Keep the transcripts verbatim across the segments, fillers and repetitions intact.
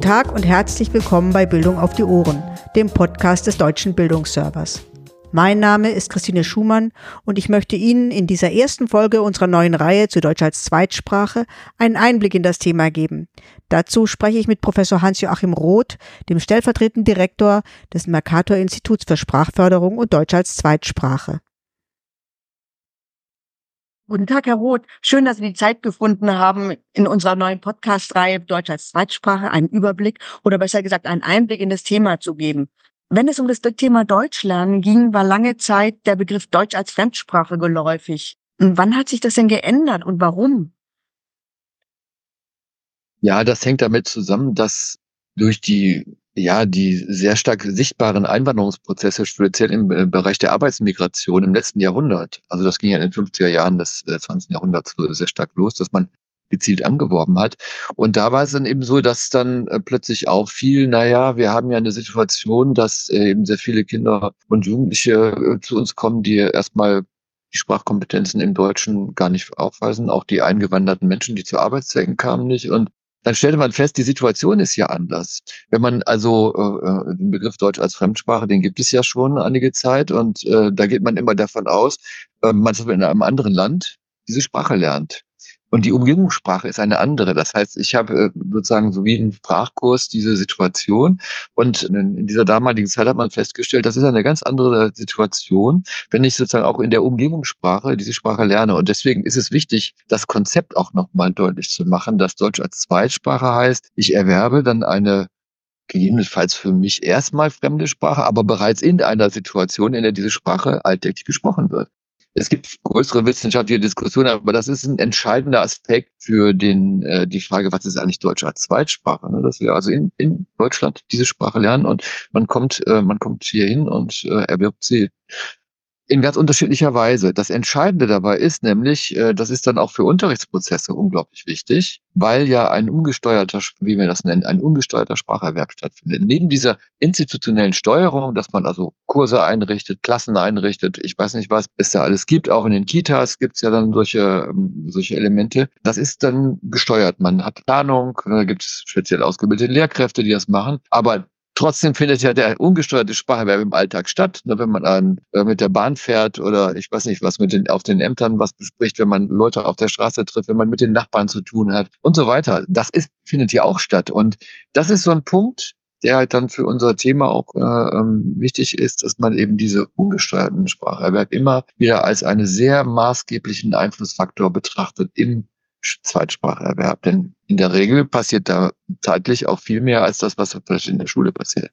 Tag und herzlich willkommen bei Bildung auf die Ohren, dem Podcast des Deutschen Bildungsservers. Mein Name ist Christine Schumann und ich möchte Ihnen in dieser ersten Folge unserer neuen Reihe zu Deutsch als Zweitsprache einen Einblick in das Thema geben. Dazu spreche ich mit Professor Hans-Joachim Roth, dem stellvertretenden Direktor des Mercator-Instituts für Sprachförderung und Deutsch als Zweitsprache. Guten Tag, Herr Roth. Schön, dass Sie die Zeit gefunden haben, in unserer neuen Podcast-Reihe Deutsch als Zweitsprache einen Überblick oder besser gesagt einen Einblick in das Thema zu geben. Wenn es um das Thema Deutschlernen ging, war lange Zeit der Begriff Deutsch als Fremdsprache geläufig. Und wann hat sich das denn geändert und warum? Ja, das hängt damit zusammen, dass durch die ja die sehr stark sichtbaren Einwanderungsprozesse, speziell im äh, Bereich der Arbeitsmigration im letzten Jahrhundert, also das ging ja in den fünfziger Jahren des äh, zwanzigsten Jahrhunderts sehr stark los, dass man gezielt angeworben hat. Und da war es dann eben so, dass dann äh, plötzlich auffiel, naja, wir haben ja eine Situation, dass äh, eben sehr viele Kinder und Jugendliche äh, zu uns kommen, die erstmal die Sprachkompetenzen im Deutschen gar nicht aufweisen, auch die eingewanderten Menschen, die zu Arbeitszwecken kamen, nicht. Und dann stellte man fest, die Situation ist ja anders. Wenn man also äh, den Begriff Deutsch als Fremdsprache, den gibt es ja schon einige Zeit und äh, da geht man immer davon aus, äh, man in einem anderen Land diese Sprache lernt. Und die Umgebungssprache ist eine andere. Das heißt, ich habe äh, sozusagen so wie einen Sprachkurs diese Situation. Und in, in dieser damaligen Zeit hat man festgestellt, das ist eine ganz andere Situation, wenn ich sozusagen auch in der Umgebungssprache diese Sprache lerne. Und deswegen ist es wichtig, das Konzept auch nochmal deutlich zu machen, dass Deutsch als Zweitsprache heißt, ich erwerbe dann eine gegebenenfalls für mich erstmal fremde Sprache, aber bereits in einer Situation, in der diese Sprache alltäglich gesprochen wird. Es gibt größere wissenschaftliche Diskussionen, aber das ist ein entscheidender Aspekt für den äh, die Frage, was ist eigentlich Deutsch als Zweitsprache? Ne? Dass wir also in, in Deutschland diese Sprache lernen und man kommt äh, man kommt hier hin und äh, erwirbt sie in ganz unterschiedlicher Weise. Das Entscheidende dabei ist nämlich, äh, das ist dann auch für Unterrichtsprozesse unglaublich wichtig, weil ja ein ungesteuerter, wie wir das nennen, ein ungesteuerter Spracherwerb stattfindet. Neben dieser institutionellen Steuerung, dass man also Kurse einrichtet, Klassen einrichtet, ich weiß nicht, was es da alles gibt, auch in den Kitas gibt es ja dann solche, ähm, solche Elemente. Das ist dann gesteuert. Man hat Planung, da gibt es speziell ausgebildete Lehrkräfte, die das machen, aber trotzdem findet ja der ungesteuerte Spracherwerb im Alltag statt, ne, wenn man an, äh, mit der Bahn fährt oder ich weiß nicht, was mit den auf den Ämtern was bespricht, wenn man Leute auf der Straße trifft, wenn man mit den Nachbarn zu tun hat und so weiter. Das ist findet ja auch statt. Und das ist so ein Punkt, der halt dann für unser Thema auch äh, ähm, wichtig ist, dass man eben diese ungesteuerten Spracherwerb immer wieder als einen sehr maßgeblichen Einflussfaktor betrachtet im Zweitspracherwerb. Denn in der Regel passiert da zeitlich auch viel mehr als das, was vielleicht in der Schule passiert.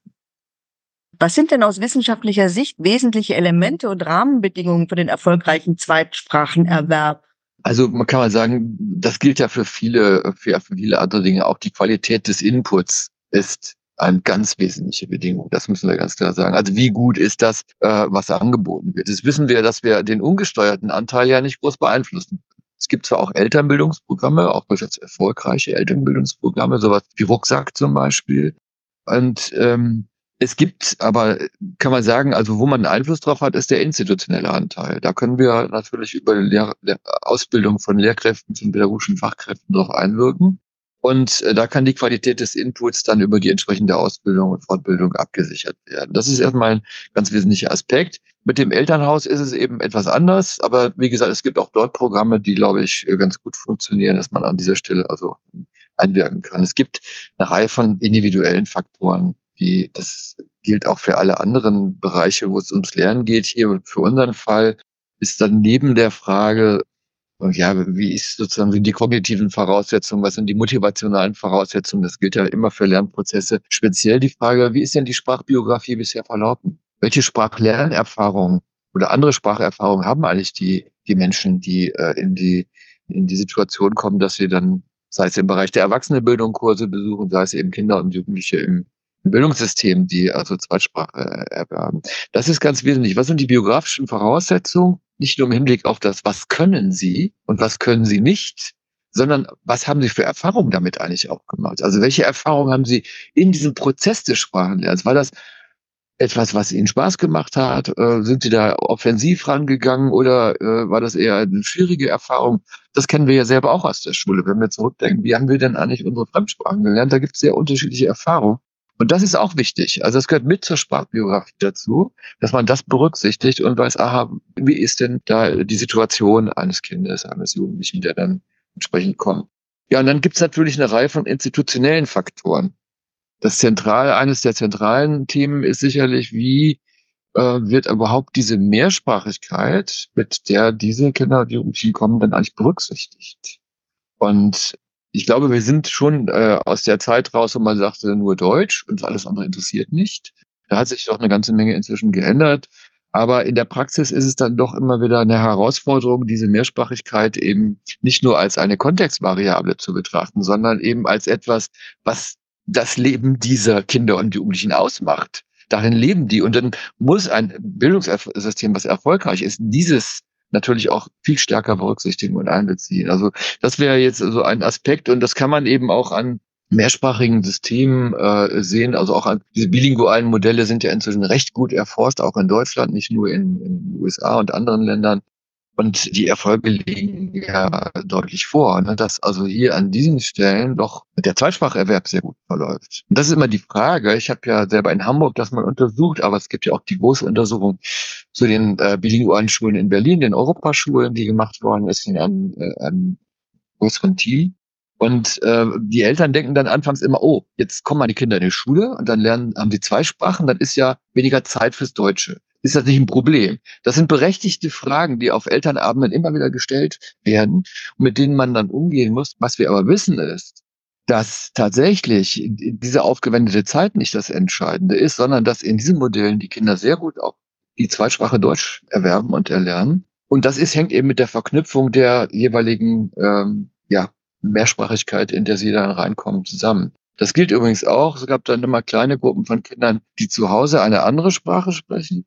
Was sind denn aus wissenschaftlicher Sicht wesentliche Elemente und Rahmenbedingungen für den erfolgreichen Zweitsprachenerwerb? Also man kann mal sagen, das gilt ja für viele, für viele andere Dinge. Auch die Qualität des Inputs ist eine ganz wesentliche Bedingung. Das müssen wir ganz klar sagen. Also wie gut ist das, äh, was angeboten wird? Das wissen wir, dass wir den ungesteuerten Anteil ja nicht groß beeinflussen. Es gibt zwar auch Elternbildungsprogramme, auch durchaus erfolgreiche Elternbildungsprogramme, sowas wie Rucksack zum Beispiel. Und ähm, es gibt aber, kann man sagen, also wo man einen Einfluss drauf hat, ist der institutionelle Anteil. Da können wir natürlich über die Lehr- Lehr- Ausbildung von Lehrkräften, von pädagogischen Fachkräften drauf einwirken. Und äh, da kann die Qualität des Inputs dann über die entsprechende Ausbildung und Fortbildung abgesichert werden. Das ist erstmal ein ganz wesentlicher Aspekt. Mit dem Elternhaus ist es eben etwas anders, aber wie gesagt, es gibt auch dort Programme, die, glaube ich, ganz gut funktionieren, dass man an dieser Stelle also einwirken kann. Es gibt eine Reihe von individuellen Faktoren, die das gilt auch für alle anderen Bereiche, wo es ums Lernen geht. Hier für unseren Fall ist dann neben der Frage, ja, wie ist sozusagen die kognitiven Voraussetzungen, was sind die motivationalen Voraussetzungen? Das gilt ja immer für Lernprozesse. Speziell die Frage, wie ist denn die Sprachbiografie bisher verlaufen? Welche Sprachlernerfahrungen oder andere Spracherfahrungen haben eigentlich die, die Menschen, die äh, in die, in die Situation kommen, dass sie dann, sei es im Bereich der Erwachsenenbildung Kurse besuchen, sei es eben Kinder und Jugendliche im, im Bildungssystem, die also Zweitsprache erwerben. Das ist ganz wesentlich. Was sind die biografischen Voraussetzungen? Nicht nur im Hinblick auf das, was können sie und was können sie nicht, sondern was haben sie für Erfahrungen damit eigentlich auch gemacht? Also welche Erfahrungen haben sie in diesem Prozess des Sprachenlernens? War das etwas, was Ihnen Spaß gemacht hat? Äh, sind Sie da offensiv rangegangen oder äh, war das eher eine schwierige Erfahrung? Das kennen wir ja selber auch aus der Schule. Wenn wir zurückdenken, wie haben wir denn eigentlich unsere Fremdsprachen gelernt? Da gibt es sehr unterschiedliche Erfahrungen. Und das ist auch wichtig. Also das gehört mit zur Sprachbiografie dazu, dass man das berücksichtigt und weiß, aha, wie ist denn da die Situation eines Kindes, eines Jugendlichen, der dann entsprechend kommt. Ja, und dann gibt es natürlich eine Reihe von institutionellen Faktoren. Das Zentrale, eines der zentralen Themen ist sicherlich, wie äh, wird überhaupt diese Mehrsprachigkeit, mit der diese Kinder und Jugendlichen kommen, dann eigentlich berücksichtigt? Und ich glaube, wir sind schon äh, aus der Zeit raus, wo man sagte, nur Deutsch und alles andere interessiert nicht. Da hat sich doch eine ganze Menge inzwischen geändert. Aber in der Praxis ist es dann doch immer wieder eine Herausforderung, diese Mehrsprachigkeit eben nicht nur als eine Kontextvariable zu betrachten, sondern eben als etwas, was das Leben dieser Kinder und Jugendlichen ausmacht. Darin leben die. Und dann muss ein Bildungssystem, was erfolgreich ist, dieses natürlich auch viel stärker berücksichtigen und einbeziehen. Also das wäre jetzt so ein Aspekt und das kann man eben auch an mehrsprachigen Systemen äh, sehen. Also auch an, diese bilingualen Modelle sind ja inzwischen recht gut erforscht, auch in Deutschland, nicht nur in, in den U S A und anderen Ländern. Und die Erfolge liegen ja deutlich vor, ne, dass also hier an diesen Stellen doch der Zweitspracherwerb sehr gut verläuft. Und das ist immer die Frage. Ich habe ja selber in Hamburg das mal untersucht, aber es gibt ja auch die große Untersuchung zu den äh, bilingualen Schulen in Berlin, den Europaschulen, die gemacht worden ist in einem, äh, einem größeren Team. Und äh, die Eltern denken dann anfangs immer, oh, jetzt kommen meine Kinder in die Schule und dann lernen, haben sie zwei Sprachen, dann ist ja weniger Zeit fürs Deutsche. Ist das nicht ein Problem? Das sind berechtigte Fragen, die auf Elternabenden immer wieder gestellt werden und mit denen man dann umgehen muss. Was wir aber wissen ist, dass tatsächlich diese aufgewendete Zeit nicht das Entscheidende ist, sondern dass in diesen Modellen die Kinder sehr gut auch die Zweitsprache Deutsch erwerben und erlernen. Und das ist, hängt eben mit der Verknüpfung der jeweiligen ähm, ja, Mehrsprachigkeit, in der sie dann reinkommen, zusammen. Das gilt übrigens auch, es gab dann immer kleine Gruppen von Kindern, die zu Hause eine andere Sprache sprechen,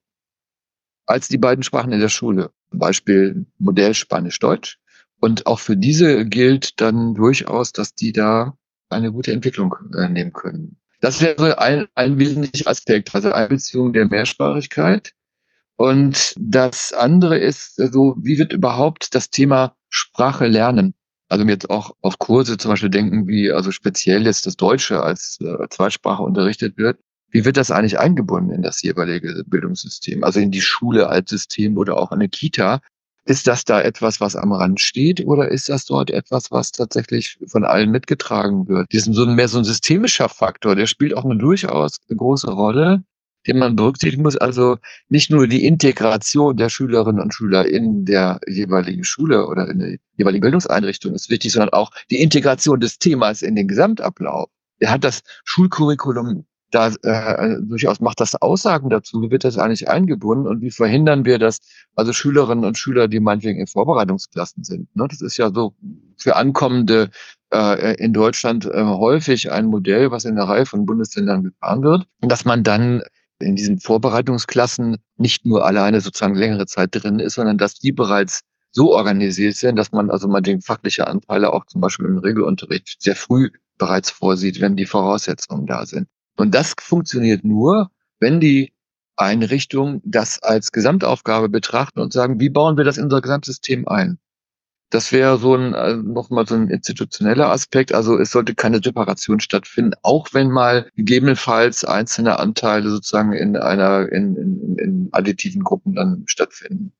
als die beiden Sprachen in der Schule. Zum Beispiel Modell Spanisch-Deutsch. Und auch für diese gilt dann durchaus, dass die da eine gute Entwicklung äh, nehmen können. Das wäre ein, ein wesentlicher Aspekt, also Einbeziehung der Mehrsprachigkeit. Und das andere ist so, wie wird überhaupt das Thema Sprache lernen? Also jetzt auch auf Kurse zum Beispiel denken, wie also speziell jetzt das Deutsche als äh, Zweitsprache unterrichtet wird. Wie wird das eigentlich eingebunden in das jeweilige Bildungssystem? Also in die Schule als System oder auch eine Kita? Ist das da etwas, was am Rand steht oder ist das dort etwas, was tatsächlich von allen mitgetragen wird? Das ist so ein, mehr so ein systemischer Faktor, der spielt auch eine durchaus große Rolle, den man berücksichtigen muss. Also nicht nur die Integration der Schülerinnen und Schüler in der jeweiligen Schule oder in der jeweiligen Bildungseinrichtung ist wichtig, sondern auch die Integration des Themas in den Gesamtablauf. Der hat das Schulcurriculum da äh, durchaus macht das Aussagen dazu, wie wird das eigentlich eingebunden und wie verhindern wir das, also Schülerinnen und Schüler, die meinetwegen in Vorbereitungsklassen sind. Ne? Das ist ja so für Ankommende äh, in Deutschland äh, häufig ein Modell, was in einer Reihe von Bundesländern gefahren wird, und dass man dann in diesen Vorbereitungsklassen nicht nur alleine sozusagen längere Zeit drin ist, sondern dass die bereits so organisiert sind, dass man also mal den fachliche Anteile auch zum Beispiel im Regelunterricht sehr früh bereits vorsieht, wenn die Voraussetzungen da sind. Und das funktioniert nur, wenn die Einrichtungen das als Gesamtaufgabe betrachten und sagen, wie bauen wir das in unser Gesamtsystem ein? Das wäre so ein, also nochmal so ein institutioneller Aspekt. Also es sollte keine Separation stattfinden, auch wenn mal gegebenenfalls einzelne Anteile sozusagen in einer, in, in, in additiven Gruppen dann stattfinden.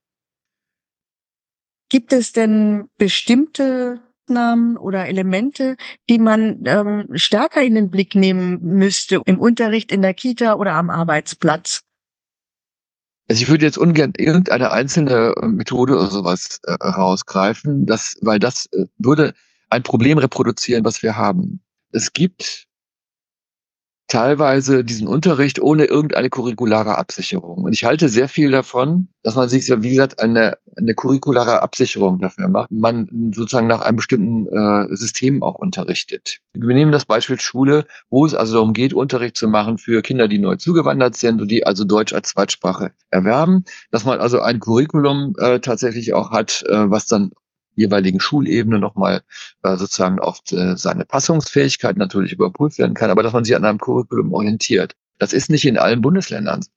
Gibt es denn bestimmte Maßnahmen oder Elemente, die man ähm, stärker in den Blick nehmen müsste im Unterricht, in der Kita oder am Arbeitsplatz? Also ich würde jetzt ungern irgendeine einzelne Methode oder sowas äh, herausgreifen, das, weil das äh, würde ein Problem reproduzieren, was wir haben. Es gibt teilweise diesen Unterricht ohne irgendeine curriculare Absicherung. Und ich halte sehr viel davon, dass man sich, wie gesagt, eine, eine curriculare Absicherung dafür macht. Man sozusagen nach einem bestimmten äh, System auch unterrichtet. Wir nehmen das Beispiel Schule, wo es also darum geht, Unterricht zu machen für Kinder, die neu zugewandert sind und die also Deutsch als Zweitsprache erwerben. Dass man also ein Curriculum äh, tatsächlich auch hat, äh, was dann jeweiligen Schulebene nochmal äh, sozusagen auf äh, seine Passungsfähigkeit natürlich überprüft werden kann, aber dass man sich an einem Curriculum orientiert. Das ist nicht in allen Bundesländern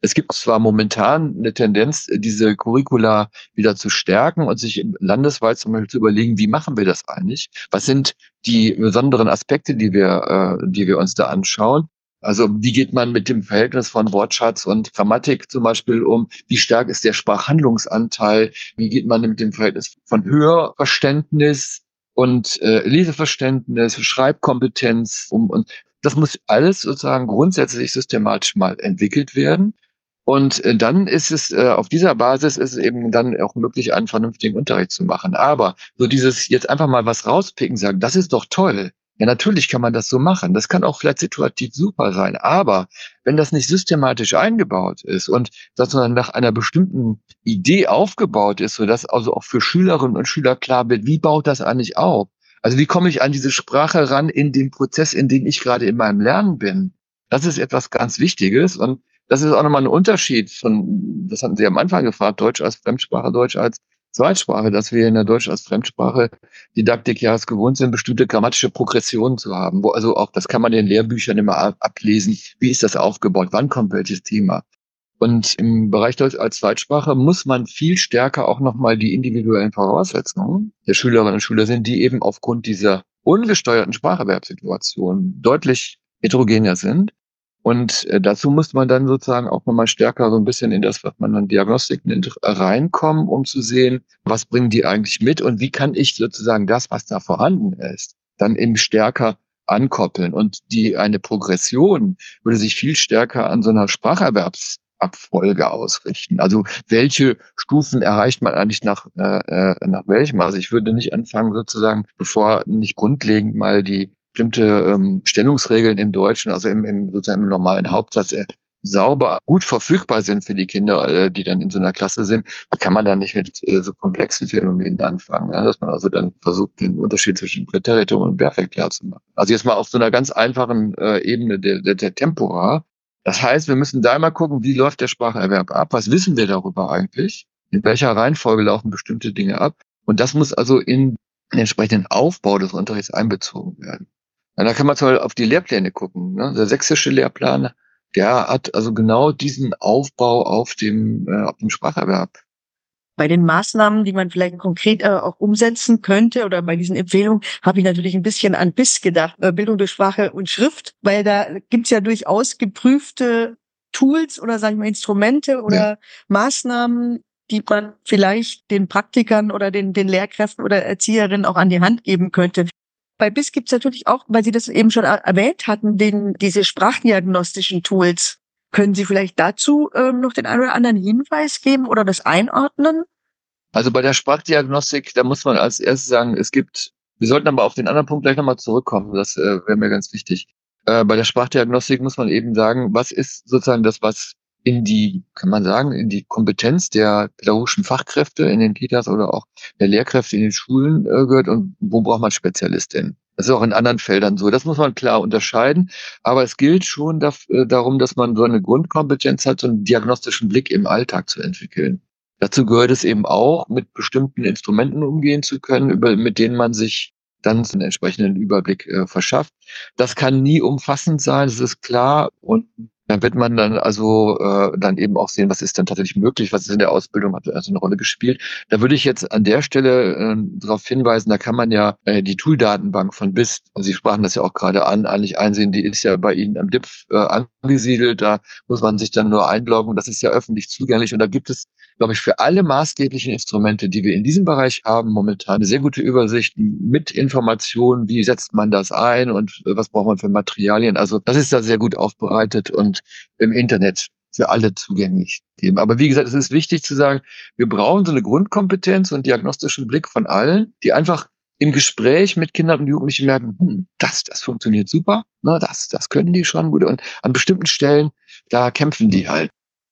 Es gibt zwar momentan eine Tendenz, diese Curricula wieder zu stärken und sich landesweit zum Beispiel zu überlegen, wie machen wir das eigentlich? Was sind die besonderen Aspekte, die wir, äh, die wir uns da anschauen? Also wie geht man mit dem Verhältnis von Wortschatz und Grammatik zum Beispiel um? Wie stark ist der Sprachhandlungsanteil? Wie geht man mit dem Verhältnis von Hörverständnis und äh, Leseverständnis, Schreibkompetenz um? Und das muss alles sozusagen grundsätzlich systematisch mal entwickelt werden. Und äh, dann ist es, äh, auf dieser Basis ist es eben dann auch möglich, einen vernünftigen Unterricht zu machen. Aber so dieses jetzt einfach mal was rauspicken, sagen, das ist doch toll. Ja, natürlich kann man das so machen. Das kann auch vielleicht situativ super sein. Aber wenn das nicht systematisch eingebaut ist und das dann nach einer bestimmten Idee aufgebaut ist, sodass also auch für Schülerinnen und Schüler klar wird, wie baut das eigentlich auf? Also wie komme ich an diese Sprache ran in den Prozess, in dem ich gerade in meinem Lernen bin? Das ist etwas ganz Wichtiges. Und das ist auch nochmal ein Unterschied von, das hatten Sie am Anfang gefragt, Deutsch als Fremdsprache, Deutsch als Zweitsprache, dass wir in der Deutsch als Fremdsprache Didaktik ja es gewohnt sind, bestimmte grammatische Progressionen zu haben. Wo also auch, das kann man in den Lehrbüchern immer ablesen. Wie ist das aufgebaut? Wann kommt welches Thema? Und im Bereich Deutsch als Zweitsprache muss man viel stärker auch nochmal die individuellen Voraussetzungen der Schülerinnen und Schüler sind, die eben aufgrund dieser ungesteuerten Spracherwerbssituation deutlich heterogener sind. Und äh, dazu muss man dann sozusagen auch nochmal stärker so ein bisschen in das, was man dann Diagnostik nennt, reinkommen, um zu sehen, was bringen die eigentlich mit und wie kann ich sozusagen das, was da vorhanden ist, dann eben stärker ankoppeln. Und die eine Progression würde sich viel stärker an so einer Spracherwerbsabfolge ausrichten. Also welche Stufen erreicht man eigentlich nach, äh, nach welchem? Also ich würde nicht anfangen sozusagen, bevor nicht grundlegend mal die bestimmte ähm, Stellungsregeln im Deutschen, also im, im sozusagen im normalen Hauptsatz, äh, sauber, gut verfügbar sind für die Kinder, äh, die dann in so einer Klasse sind, kann man dann nicht mit äh, so komplexen Phänomenen anfangen, ja? Dass man also dann versucht, den Unterschied zwischen Präteritum und Perfekt klar zu machen. Also jetzt mal auf so einer ganz einfachen äh, Ebene der, der, der Tempora. Das heißt, wir müssen da mal gucken, wie läuft der Spracherwerb ab? Was wissen wir darüber eigentlich? In welcher Reihenfolge laufen bestimmte Dinge ab? Und das muss also in den entsprechenden Aufbau des Unterrichts einbezogen werden. Ja, da kann man zum Beispiel auf die Lehrpläne gucken. Ne? Der sächsische Lehrplan, der hat also genau diesen Aufbau auf dem, äh, auf dem Spracherwerb. Bei den Maßnahmen, die man vielleicht konkret äh, auch umsetzen könnte oder bei diesen Empfehlungen, habe ich natürlich ein bisschen an B I S gedacht, äh, Bildung durch Sprache und Schrift, weil da gibt's ja durchaus geprüfte Tools oder sagen wir Instrumente oder ja. Maßnahmen, die man vielleicht den Praktikern oder den, den Lehrkräften oder Erzieherinnen auch an die Hand geben könnte. Bei B I S gibt's natürlich auch, weil Sie das eben schon erwähnt hatten, den, diese sprachdiagnostischen Tools. Können Sie vielleicht dazu ähm, noch den einen oder anderen Hinweis geben oder das einordnen? Also bei der Sprachdiagnostik, da muss man als erstes sagen, es gibt, wir sollten aber auf den anderen Punkt gleich nochmal zurückkommen, das äh, wäre mir ganz wichtig. Äh, bei der Sprachdiagnostik muss man eben sagen, was ist sozusagen das, was in die, kann man sagen, in die Kompetenz der pädagogischen Fachkräfte in den Kitas oder auch der Lehrkräfte in den Schulen äh, gehört und wo braucht man Spezialistinnen? Das ist auch in anderen Feldern so. Das muss man klar unterscheiden. Aber es gilt schon daf- äh, darum, dass man so eine Grundkompetenz hat, so einen diagnostischen Blick im Alltag zu entwickeln. Dazu gehört es eben auch, mit bestimmten Instrumenten umgehen zu können, über, mit denen man sich dann einen entsprechenden Überblick äh, verschafft. Das kann nie umfassend sein, das ist klar. Und dann wird man dann also äh, dann eben auch sehen, was ist dann tatsächlich möglich, was ist in der Ausbildung, hat also eine Rolle gespielt. Da würde ich jetzt an der Stelle äh, darauf hinweisen, da kann man ja äh, die Tool-Datenbank von B I S, und Sie sprachen das ja auch gerade an, eigentlich einsehen, die ist ja bei Ihnen am D I P F äh, angesiedelt, da muss man sich dann nur einloggen, das ist ja öffentlich zugänglich und da gibt es, glaube ich, für alle maßgeblichen Instrumente, die wir in diesem Bereich haben, momentan eine sehr gute Übersicht mit Informationen, wie setzt man das ein und äh, was braucht man für Materialien. Also das ist da sehr gut aufbereitet und im Internet für alle zugänglich geben. Aber wie gesagt, es ist wichtig zu sagen, wir brauchen so eine Grundkompetenz und diagnostischen Blick von allen, die einfach im Gespräch mit Kindern und Jugendlichen merken, hm, das, das funktioniert super, ne, das, das können die schon gut. Und an bestimmten Stellen, da kämpfen die halt.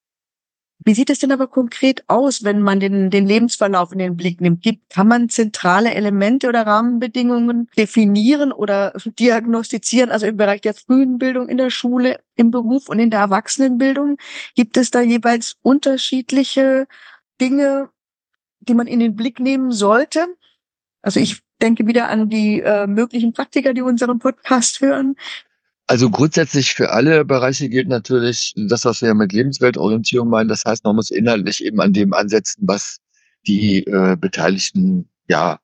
Wie sieht es denn aber konkret aus, wenn man den, den Lebensverlauf in den Blick nimmt? Gibt, kann man zentrale Elemente oder Rahmenbedingungen definieren oder diagnostizieren? Also im Bereich der frühen Bildung in der Schule, im Beruf und in der Erwachsenenbildung. Gibt es da jeweils unterschiedliche Dinge, die man in den Blick nehmen sollte? Also ich denke wieder an die äh, möglichen Praktiker, die unseren Podcast hören. Also grundsätzlich für alle Bereiche gilt natürlich das, was wir ja mit Lebensweltorientierung meinen. Das heißt, man muss inhaltlich eben an dem ansetzen, was die äh, Beteiligten ja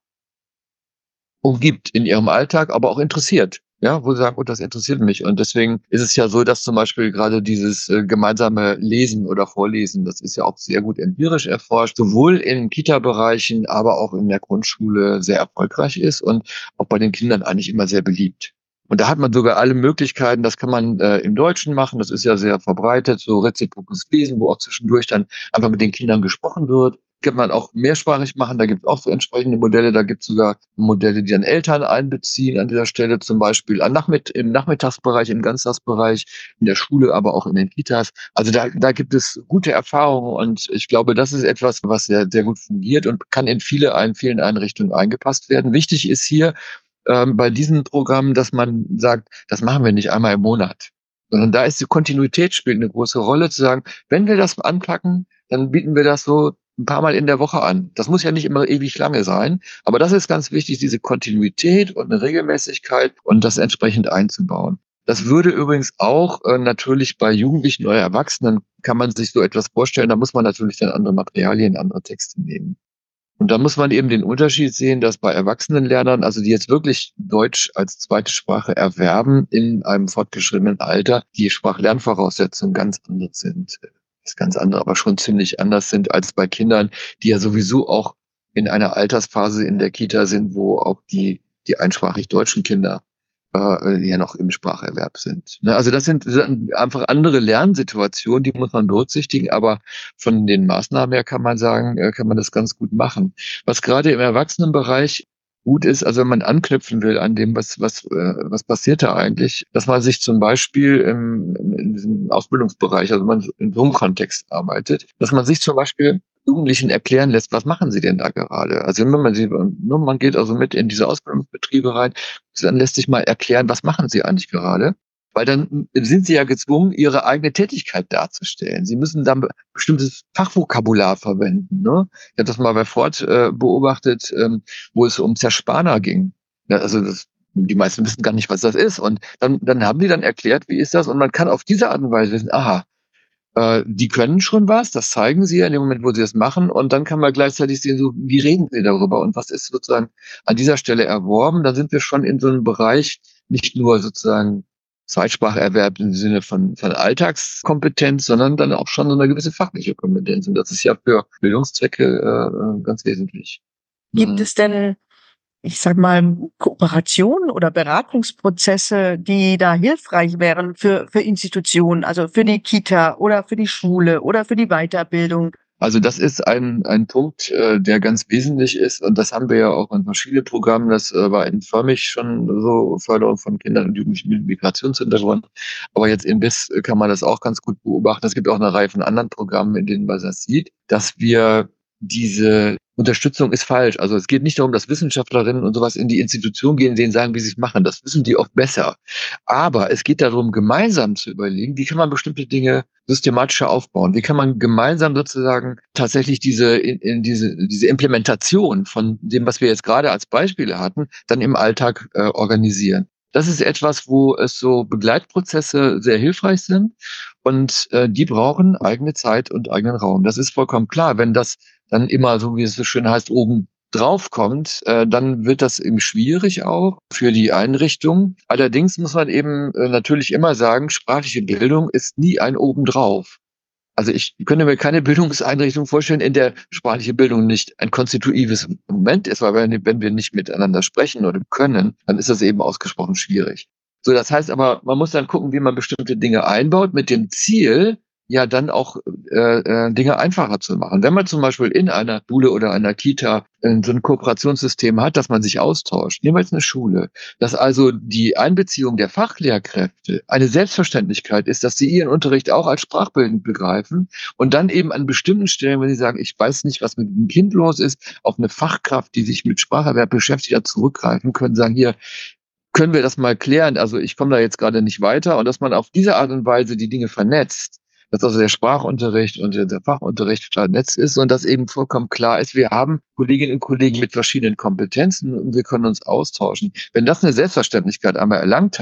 umgibt in ihrem Alltag, aber auch interessiert. Ja, wo sie sagen, oh, das interessiert mich. Und deswegen ist es ja so, dass zum Beispiel gerade dieses äh, gemeinsame Lesen oder Vorlesen, das ist ja auch sehr gut empirisch erforscht, sowohl in Kita-Bereichen, aber auch in der Grundschule sehr erfolgreich ist und auch bei den Kindern eigentlich immer sehr beliebt. Und da hat man sogar alle Möglichkeiten, das kann man äh, im Deutschen machen, das ist ja sehr verbreitet, so reziprokes Lesen, wo auch zwischendurch dann einfach mit den Kindern gesprochen wird. Kann man auch mehrsprachig machen, da gibt es auch so entsprechende Modelle, da gibt es sogar Modelle, die dann Eltern einbeziehen an dieser Stelle, zum Beispiel an Nachmitt im Nachmittagsbereich, im Ganztagsbereich, in der Schule, aber auch in den Kitas. Also da, da gibt es gute Erfahrungen und ich glaube, das ist etwas, was sehr, sehr gut fungiert und kann in viele, in vielen Einrichtungen eingepasst werden. Wichtig ist hier ähm, bei diesen Programmen, dass man sagt, das machen wir nicht einmal im Monat, sondern da ist die Kontinuität spielt eine große Rolle, zu sagen, wenn wir das anpacken, dann bieten wir das so ein paar Mal in der Woche an. Das muss ja nicht immer ewig lange sein, aber das ist ganz wichtig, diese Kontinuität und eine Regelmäßigkeit und das entsprechend einzubauen. Das würde übrigens auch äh, natürlich bei Jugendlichen oder Erwachsenen, kann man sich so etwas vorstellen, da muss man natürlich dann andere Materialien, andere Texte nehmen. Und da muss man eben den Unterschied sehen, dass bei Erwachsenenlernern, also die jetzt wirklich Deutsch als zweite Sprache erwerben, in einem fortgeschrittenen Alter, die Sprachlernvoraussetzungen ganz anders sind. Das ganz andere, aber schon ziemlich anders sind als bei Kindern, die ja sowieso auch in einer Altersphase in der Kita sind, wo auch die, die einsprachig deutschen Kinder äh, ja noch im Spracherwerb sind. Ne? Also das sind, sind einfach andere Lernsituationen, die muss man berücksichtigen, aber von den Maßnahmen her kann man sagen, äh, kann man das ganz gut machen. Was gerade im Erwachsenenbereich gut ist, also wenn man anknüpfen will an dem, was, was, äh, was passiert da eigentlich, dass man sich zum Beispiel im, in diesem Ausbildungsbereich, also wenn man in so einem Kontext arbeitet, dass man sich zum Beispiel Jugendlichen erklären lässt, was machen sie denn da gerade? Also wenn man sie, nur man geht also mit in diese Ausbildungsbetriebe rein, dann lässt sich mal erklären, was machen sie eigentlich gerade? Weil dann sind sie ja gezwungen, ihre eigene Tätigkeit darzustellen. Sie müssen dann bestimmtes Fachvokabular verwenden. Ne? Ich habe das mal bei Ford äh, beobachtet, ähm, wo es um Zerspaner ging. Ja, also das, die meisten wissen gar nicht, was das ist. Und dann, dann haben die dann erklärt, wie ist das? Und man kann auf diese Art und Weise wissen, aha, äh, die können schon was, das zeigen sie ja in dem Moment, wo sie das machen. Und dann kann man gleichzeitig sehen, so, wie reden sie darüber und was ist sozusagen an dieser Stelle erworben. Da sind wir schon in so einem Bereich, nicht nur sozusagen Zweitspracherwerb im Sinne von, von Alltagskompetenz, sondern dann auch schon so eine gewisse fachliche Kompetenz. Und das ist ja für Bildungszwecke äh, ganz wesentlich. Gibt mhm. es denn, ich sag mal, Kooperationen oder Beratungsprozesse, die da hilfreich wären für, für Institutionen, also für die Kita oder für die Schule oder für die Weiterbildung? Also das ist ein, ein Punkt, äh, der ganz wesentlich ist. Und das haben wir ja auch in verschiedenen Programmen. Das äh, war in Förmig schon so, Förderung von Kindern und Jugendlichen mit Migrationshintergrund. Aber jetzt in B I S kann man das auch ganz gut beobachten. Es gibt auch eine Reihe von anderen Programmen, in denen man das sieht, dass wir diese Unterstützung ist falsch. Also es geht nicht darum, dass Wissenschaftlerinnen und sowas in die Institution gehen, denen sagen, wie sie es machen. Das wissen die oft besser. Aber es geht darum, gemeinsam zu überlegen, wie kann man bestimmte Dinge systematischer aufbauen? Wie kann man gemeinsam sozusagen tatsächlich diese, in, in diese, diese Implementation von dem, was wir jetzt gerade als Beispiele hatten, dann im Alltag äh, organisieren? Das ist etwas, wo es so Begleitprozesse sehr hilfreich sind und äh, die brauchen eigene Zeit und eigenen Raum. Das ist vollkommen klar. Wenn das dann immer, so wie es so schön heißt, oben drauf kommt, äh, dann wird das eben schwierig auch für die Einrichtung. Allerdings muss man eben äh, natürlich immer sagen, sprachliche Bildung ist nie ein obendrauf. Also ich könnte mir keine Bildungseinrichtung vorstellen, in der sprachliche Bildung nicht ein konstitutives Moment ist, weil wenn, wenn wir nicht miteinander sprechen oder können, dann ist das eben ausgesprochen schwierig. So, das heißt aber, man muss dann gucken, wie man bestimmte Dinge einbaut, mit dem Ziel, ja dann auch äh, äh, Dinge einfacher zu machen. Wenn man zum Beispiel in einer Schule oder einer Kita äh, so ein Kooperationssystem hat, dass man sich austauscht, nehmen wir jetzt eine Schule, dass also die Einbeziehung der Fachlehrkräfte eine Selbstverständlichkeit ist, dass sie ihren Unterricht auch als sprachbildend begreifen und dann eben an bestimmten Stellen, wenn sie sagen, ich weiß nicht, was mit dem Kind los ist, auf eine Fachkraft, die sich mit Spracherwerb beschäftigt hat, zurückgreifen können, sagen, hier, können wir das mal klären, also ich komme da jetzt gerade nicht weiter und dass man auf diese Art und Weise die Dinge vernetzt, dass also der Sprachunterricht und der Fachunterricht vernetzt ist und dass eben vollkommen klar ist, wir haben Kolleginnen und Kollegen mit verschiedenen Kompetenzen und wir können uns austauschen. Wenn das eine Selbstverständlichkeit einmal erlangt hat,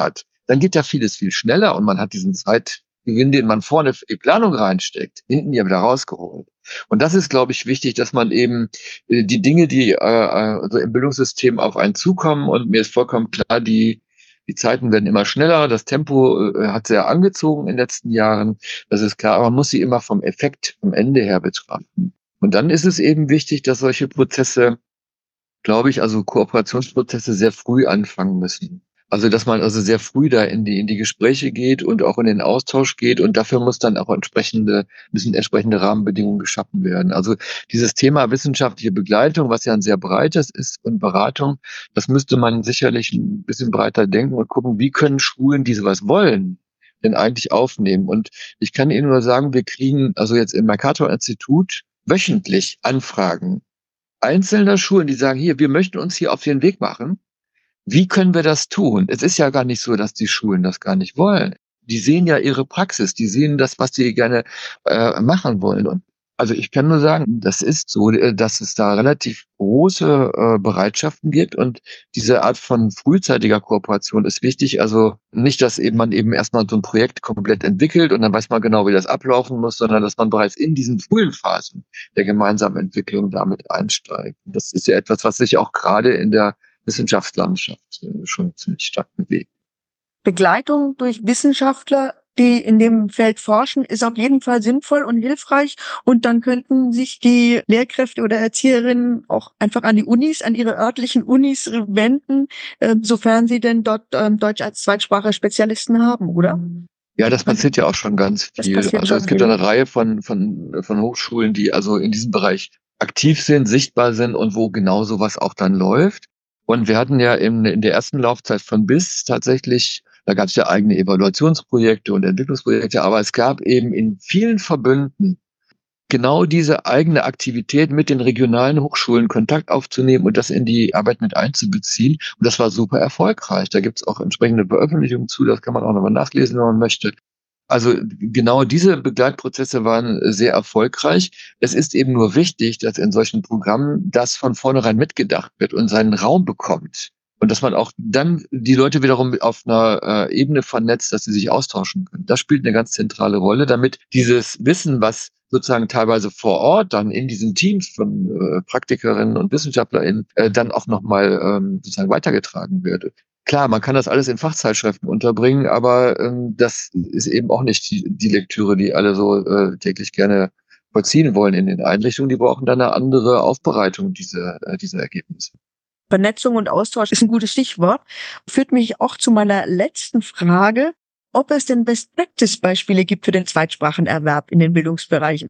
dann geht ja vieles viel schneller und man hat diesen Zeitgewinn, den man vorne für die Planung reinsteckt, hinten ja wieder rausgeholt. Und das ist, glaube ich, wichtig, dass man eben äh, die Dinge, die äh, also im Bildungssystem auf einen zukommen, und mir ist vollkommen klar, die die Zeiten werden immer schneller, das Tempo äh, hat sehr angezogen in den letzten Jahren, das ist klar, aber man muss sie immer vom Effekt, vom Ende her betrachten. Und dann ist es eben wichtig, dass solche Prozesse, glaube ich, also Kooperationsprozesse sehr früh anfangen müssen. Also, dass man also sehr früh da in die, in die Gespräche geht und auch in den Austausch geht, und dafür muss dann auch entsprechende, müssen entsprechende Rahmenbedingungen geschaffen werden. Also, dieses Thema wissenschaftliche Begleitung, was ja ein sehr breites ist, und Beratung, das müsste man sicherlich ein bisschen breiter denken und gucken, wie können Schulen, die sowas wollen, denn eigentlich aufnehmen. Und ich kann Ihnen nur sagen, wir kriegen also jetzt im Mercator-Institut wöchentlich Anfragen einzelner Schulen, die sagen, hier, wir möchten uns hier auf den Weg machen. Wie können wir das tun? Es ist ja gar nicht so, dass die Schulen das gar nicht wollen. Die sehen ja ihre Praxis, die sehen das, was sie gerne äh, machen wollen. Und also ich kann nur sagen, das ist so, äh, dass es da relativ große äh, Bereitschaften gibt, und diese Art von frühzeitiger Kooperation ist wichtig. Also nicht, dass eben man eben erstmal so ein Projekt komplett entwickelt und dann weiß man genau, wie das ablaufen muss, sondern dass man bereits in diesen frühen Phasen der gemeinsamen Entwicklung damit einsteigt. Das ist ja etwas, was sich auch gerade in der Wissenschaftslandschaft äh, schon ziemlich stark bewegt. Begleitung durch Wissenschaftler, die in dem Feld forschen, ist auf jeden Fall sinnvoll und hilfreich. Und dann könnten sich die Lehrkräfte oder Erzieherinnen auch einfach an die Unis, an ihre örtlichen Unis wenden, äh, sofern sie denn dort ähm, Deutsch als Zweitsprache Spezialisten haben, oder? Ja, das passiert ja auch schon ganz viel. Also es gibt eine Reihe von, von, von Hochschulen, die also in diesem Bereich aktiv sind, sichtbar sind und wo genau sowas auch dann läuft. Und wir hatten ja in, in der ersten Laufzeit von B I S tatsächlich, da gab es ja eigene Evaluationsprojekte und Entwicklungsprojekte, aber es gab eben in vielen Verbünden genau diese eigene Aktivität, mit den regionalen Hochschulen Kontakt aufzunehmen und das in die Arbeit mit einzubeziehen. Und das war super erfolgreich. Da gibt es auch entsprechende Veröffentlichungen zu, das kann man auch nochmal nachlesen, wenn man möchte. Also genau diese Begleitprozesse waren sehr erfolgreich. Es ist eben nur wichtig, dass in solchen Programmen das von vornherein mitgedacht wird und seinen Raum bekommt. Und dass man auch dann die Leute wiederum auf einer äh, Ebene vernetzt, dass sie sich austauschen können. Das spielt eine ganz zentrale Rolle, damit dieses Wissen, was sozusagen teilweise vor Ort dann in diesen Teams von äh, Praktikerinnen und WissenschaftlerInnen äh, dann auch nochmal ähm, sozusagen weitergetragen wird. Klar, man kann das alles in Fachzeitschriften unterbringen, aber ähm, das ist eben auch nicht die, die Lektüre, die alle so äh, täglich gerne vollziehen wollen in den Einrichtungen. Die brauchen dann eine andere Aufbereitung dieser, äh, dieser Ergebnisse. Vernetzung und Austausch ist ein gutes Stichwort. Führt mich auch zu meiner letzten Frage, ob es denn Best-Practice-Beispiele gibt für den Zweitsprachenerwerb in den Bildungsbereichen.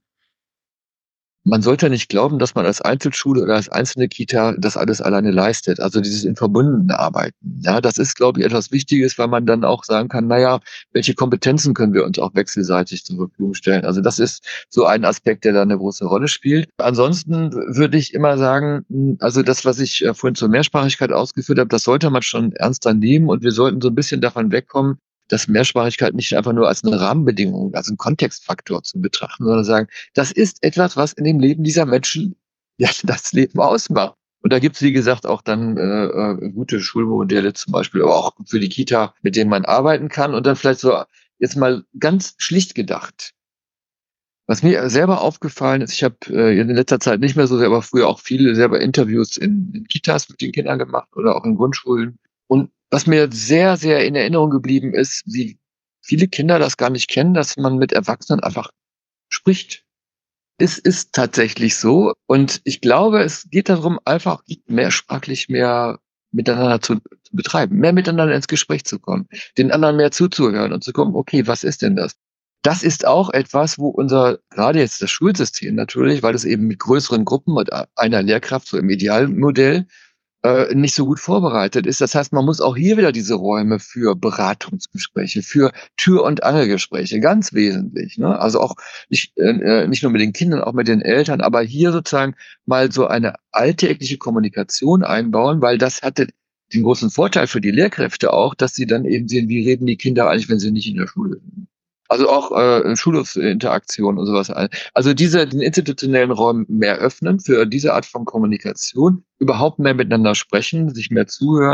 Man sollte nicht glauben, dass man als Einzelschule oder als einzelne Kita das alles alleine leistet. Also dieses in verbundenen Arbeiten. Ja, das ist, glaube ich, etwas Wichtiges, weil man dann auch sagen kann, naja, welche Kompetenzen können wir uns auch wechselseitig zur Verfügung stellen? Also das ist so ein Aspekt, der da eine große Rolle spielt. Ansonsten würde ich immer sagen, also das, was ich vorhin zur Mehrsprachigkeit ausgeführt habe, das sollte man schon ernster nehmen, und wir sollten so ein bisschen davon wegkommen, dass Mehrsprachigkeit nicht einfach nur als eine Rahmenbedingung, also ein Kontextfaktor zu betrachten, sondern sagen, das ist etwas, was in dem Leben dieser Menschen ja das Leben ausmacht. Und da gibt es, wie gesagt, auch dann äh, äh, gute Schulmodelle zum Beispiel, aber auch für die Kita, mit denen man arbeiten kann. Und dann vielleicht so jetzt mal ganz schlicht gedacht. Was mir selber aufgefallen ist, ich habe äh, in letzter Zeit nicht mehr so sehr, aber früher auch viele selber Interviews in, in Kitas mit den Kindern gemacht oder auch in Grundschulen. Und was mir sehr, sehr in Erinnerung geblieben ist, wie viele Kinder das gar nicht kennen, dass man mit Erwachsenen einfach spricht. Es ist tatsächlich so. Und ich glaube, es geht darum, einfach mehrsprachlich mehr miteinander zu, zu betreiben, mehr miteinander ins Gespräch zu kommen, den anderen mehr zuzuhören und zu gucken, okay, was ist denn das? Das ist auch etwas, wo unser, gerade jetzt das Schulsystem natürlich, weil es eben mit größeren Gruppen und einer Lehrkraft, so im Idealmodell, äh, nicht so gut vorbereitet ist. Das heißt, man muss auch hier wieder diese Räume für Beratungsgespräche, für Tür- und Angelgespräche, ganz wesentlich. Ne? Also auch nicht, äh, nicht nur mit den Kindern, auch mit den Eltern, aber hier sozusagen mal so eine alltägliche Kommunikation einbauen, weil das hatte den großen Vorteil für die Lehrkräfte auch, dass sie dann eben sehen, wie reden die Kinder eigentlich, wenn sie nicht in der Schule sind. Also auch äh, Schulhofsinteraktion und sowas. Also diese den institutionellen Raum mehr öffnen für diese Art von Kommunikation, überhaupt mehr miteinander sprechen, sich mehr zuhören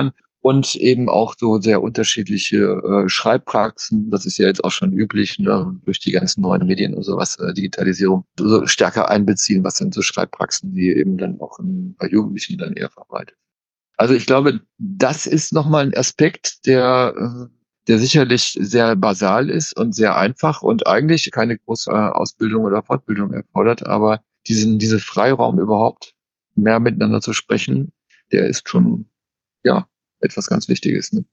und eben auch so sehr unterschiedliche äh, Schreibpraxen. Das ist ja jetzt auch schon üblich, ne, durch die ganzen neuen Medien und sowas, äh, Digitalisierung, so stärker einbeziehen, was sind so Schreibpraxen, die eben dann auch in, bei Jugendlichen dann eher verbreitet. Also ich glaube, das ist nochmal ein Aspekt, der, äh, der sicherlich sehr basal ist und sehr einfach und eigentlich keine große äh, Ausbildung oder Fortbildung erfordert, aber diesen, diese Freiraum überhaupt mehr miteinander zu sprechen, der ist schon, ja, etwas ganz Wichtiges. Ne?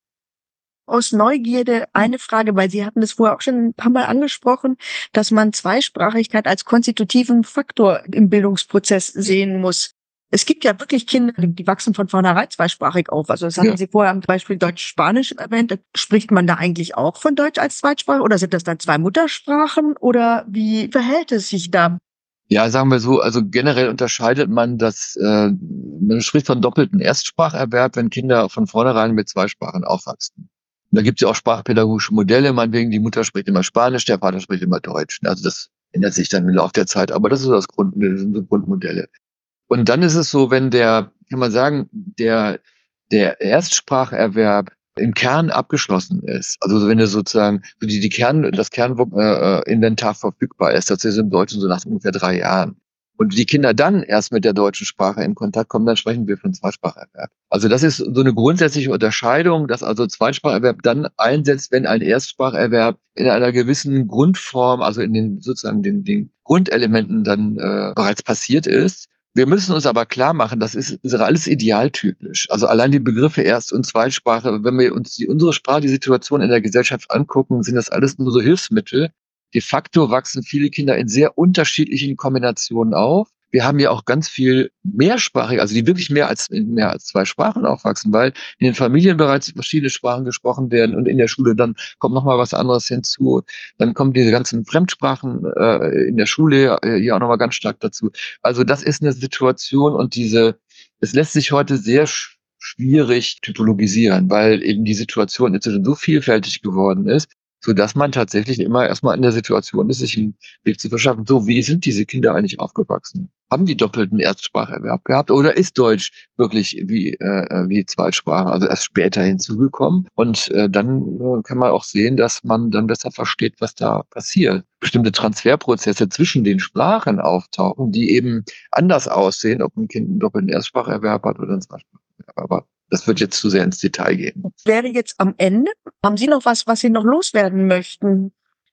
Aus Neugierde eine Frage, weil Sie hatten das vorher auch schon ein paar Mal angesprochen, dass man Zweisprachigkeit als konstitutiven Faktor im Bildungsprozess sehen muss. Es gibt ja wirklich Kinder, die wachsen von vornherein zweisprachig auf. Also das hatten Ja. Sie vorher am Beispiel Deutsch-Spanisch erwähnt. Spricht man da eigentlich auch von Deutsch als Zweitsprache oder sind das dann zwei Muttersprachen oder wie verhält es sich da? Ja, sagen wir so, also generell unterscheidet man das, äh, man spricht von doppelten Erstspracherwerb, wenn Kinder von vornherein mit zwei Sprachen aufwachsen. Und da gibt es ja auch sprachpädagogische Modelle, meinetwegen die Mutter spricht immer Spanisch, der Vater spricht immer Deutsch. Also das ändert sich dann im Laufe der Zeit, aber das ist so das Grund, das sind so Grundmodelle. Und dann ist es so, wenn der, kann man sagen, der, der Erstspracherwerb im Kern abgeschlossen ist, also wenn er sozusagen so die, die Kern, das Kerninventar verfügbar ist, das ist im Deutschen so nach ungefähr drei Jahren. Und die Kinder dann erst mit der deutschen Sprache in Kontakt kommen, dann sprechen wir von Zweispracherwerb. Also das ist so eine grundsätzliche Unterscheidung, dass also Zweispracherwerb dann einsetzt, wenn ein Erstspracherwerb in einer gewissen Grundform, also in den sozusagen den, den Grundelementen dann äh, bereits passiert ist. Wir müssen uns aber klar machen, das ist, ist alles idealtypisch. Also allein die Begriffe Erst- und Zweitsprache, wenn wir uns die, unsere Sprache, die Situation in der Gesellschaft angucken, sind das alles nur so Hilfsmittel. De facto wachsen viele Kinder in sehr unterschiedlichen Kombinationen auf. Wir haben ja auch ganz viel mehrsprachig, also die wirklich mehr als mehr als zwei Sprachen aufwachsen, weil in den Familien bereits verschiedene Sprachen gesprochen werden und in der Schule dann kommt noch mal was anderes hinzu. Dann kommen diese ganzen Fremdsprachen äh, in der Schule äh, hier auch noch mal ganz stark dazu. Also das ist eine Situation und diese, es lässt sich heute sehr sch schwierig typologisieren, weil eben die Situation inzwischen so vielfältig geworden ist, so dass man tatsächlich immer erstmal in der Situation ist, sich einen Weg zu verschaffen. So, wie sind diese Kinder eigentlich aufgewachsen? Haben die doppelten Erstspracherwerb gehabt oder ist Deutsch wirklich wie äh, wie Zweitsprache, also erst später hinzugekommen? Und äh, dann äh, kann man auch sehen, dass man dann besser versteht, was da passiert. Bestimmte Transferprozesse zwischen den Sprachen auftauchen, die eben anders aussehen, ob ein Kind einen doppelten Erstspracherwerb hat oder einen Zweitspracherwerb. Aber das wird jetzt zu sehr ins Detail gehen. Wäre jetzt am Ende, haben Sie noch was, was Sie noch loswerden möchten?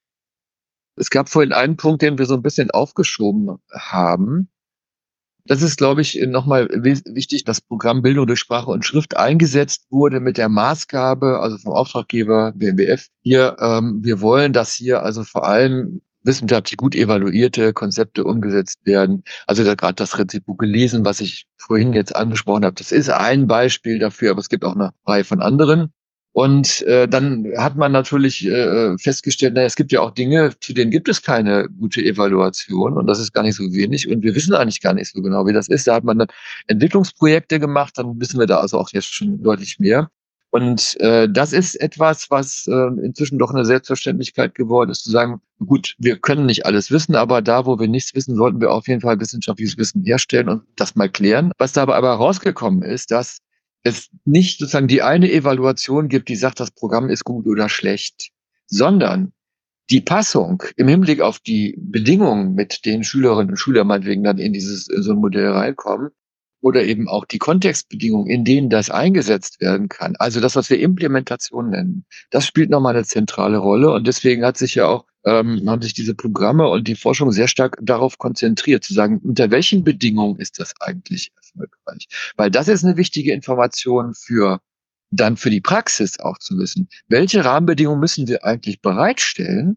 Es gab vorhin einen Punkt, den wir so ein bisschen aufgeschoben haben. Das ist, glaube ich, nochmal wichtig, dass Programm Bildung durch Sprache und Schrift eingesetzt wurde mit der Maßgabe, also vom Auftraggeber B M B F. Hier, ähm, wir wollen, dass hier also vor allem wissenschaftlich gut evaluierte Konzepte umgesetzt werden. Also da gerade das Rezeptbuch gelesen, was ich vorhin jetzt angesprochen habe, das ist ein Beispiel dafür, aber es gibt auch eine Reihe von anderen. Und äh, dann hat man natürlich äh, festgestellt, naja, es gibt ja auch Dinge, zu denen gibt es keine gute Evaluation und das ist gar nicht so wenig und wir wissen eigentlich gar nicht so genau, wie das ist. Da hat man dann Entwicklungsprojekte gemacht, dann wissen wir da also auch jetzt schon deutlich mehr. Und äh, das ist etwas, was äh, inzwischen doch eine Selbstverständlichkeit geworden ist, zu sagen, gut, wir können nicht alles wissen, aber da, wo wir nichts wissen, sollten wir auf jeden Fall wissenschaftliches Wissen herstellen und das mal klären. Was dabei aber rausgekommen ist, dass es nicht sozusagen die eine Evaluation gibt, die sagt, das Programm ist gut oder schlecht, sondern die Passung im Hinblick auf die Bedingungen, mit denen Schülerinnen und Schüler meinetwegen dann in dieses in so ein Modell reinkommen, oder eben auch die Kontextbedingungen, in denen das eingesetzt werden kann. Also das, was wir Implementation nennen, das spielt nochmal eine zentrale Rolle. Und deswegen hat sich ja auch, ähm, haben sich diese Programme und die Forschung sehr stark darauf konzentriert, zu sagen, unter welchen Bedingungen ist das eigentlich erfolgreich? Weil das ist eine wichtige Information für dann für die Praxis auch zu wissen. Welche Rahmenbedingungen müssen wir eigentlich bereitstellen,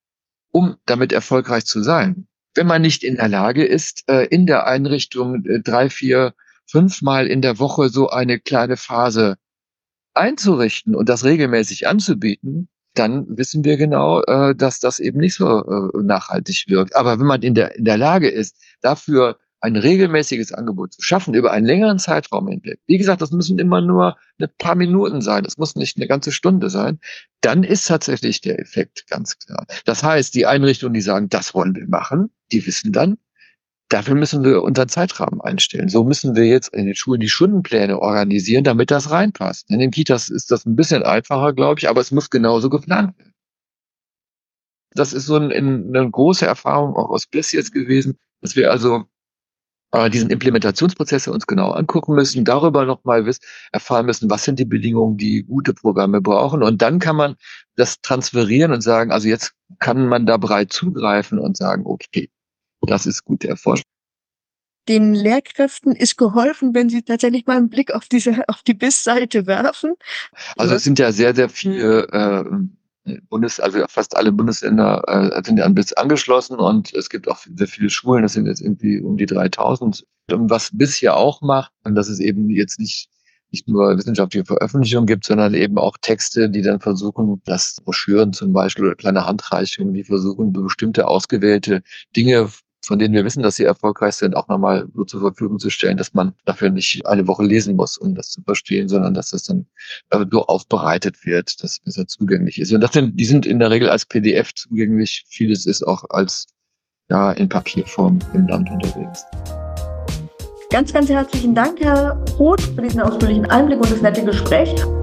um damit erfolgreich zu sein? Wenn man nicht in der Lage ist, in der Einrichtung drei, vier, fünfmal in der Woche so eine kleine Phase einzurichten und das regelmäßig anzubieten, dann wissen wir genau, dass das eben nicht so nachhaltig wirkt. Aber wenn man in der, in der Lage ist, dafür ein regelmäßiges Angebot zu schaffen über einen längeren Zeitraum hinweg. Wie gesagt, das müssen immer nur ein paar Minuten sein. Das muss nicht eine ganze Stunde sein. Dann ist tatsächlich der Effekt ganz klar. Das heißt, die Einrichtungen, die sagen, das wollen wir machen, die wissen dann, dafür müssen wir unseren Zeitrahmen einstellen. So müssen wir jetzt in den Schulen die Stundenpläne organisieren, damit das reinpasst. In den Kitas ist das ein bisschen einfacher, glaube ich, aber es muss genauso geplant werden. Das ist so ein, eine große Erfahrung auch aus B I S jetzt gewesen, dass wir also äh, diesen Implementationsprozesse uns genau angucken müssen, darüber nochmal erfahren müssen, was sind die Bedingungen, die gute Programme brauchen. Und dann kann man das transferieren und sagen, also jetzt kann man da breit zugreifen und sagen, okay, das ist gut erforscht. Den Lehrkräften ist geholfen, wenn sie tatsächlich mal einen Blick auf diese, auf die B I S-Seite werfen. Also es sind ja sehr, sehr viele äh, Bundes, also fast alle Bundesländer äh, sind ja an B I S angeschlossen und es gibt auch sehr viele Schulen, das sind jetzt irgendwie um die dreitausend. Und was B I S hier auch macht, und dass es eben jetzt nicht nicht nur wissenschaftliche Veröffentlichungen gibt, sondern eben auch Texte, die dann versuchen, dass Broschüren zum Beispiel oder kleine Handreichungen, die versuchen, bestimmte ausgewählte Dinge, von denen wir wissen, dass sie erfolgreich sind, auch nochmal so zur Verfügung zu stellen, dass man dafür nicht eine Woche lesen muss, um das zu verstehen, sondern dass das dann äh, so aufbereitet wird, dass es besser zugänglich ist. Und das sind, die sind in der Regel als P D F zugänglich. Vieles ist auch als, ja, in Papierform im Land unterwegs. Ganz, ganz herzlichen Dank, Herr Roth, für diesen ausführlichen Einblick und das nette Gespräch.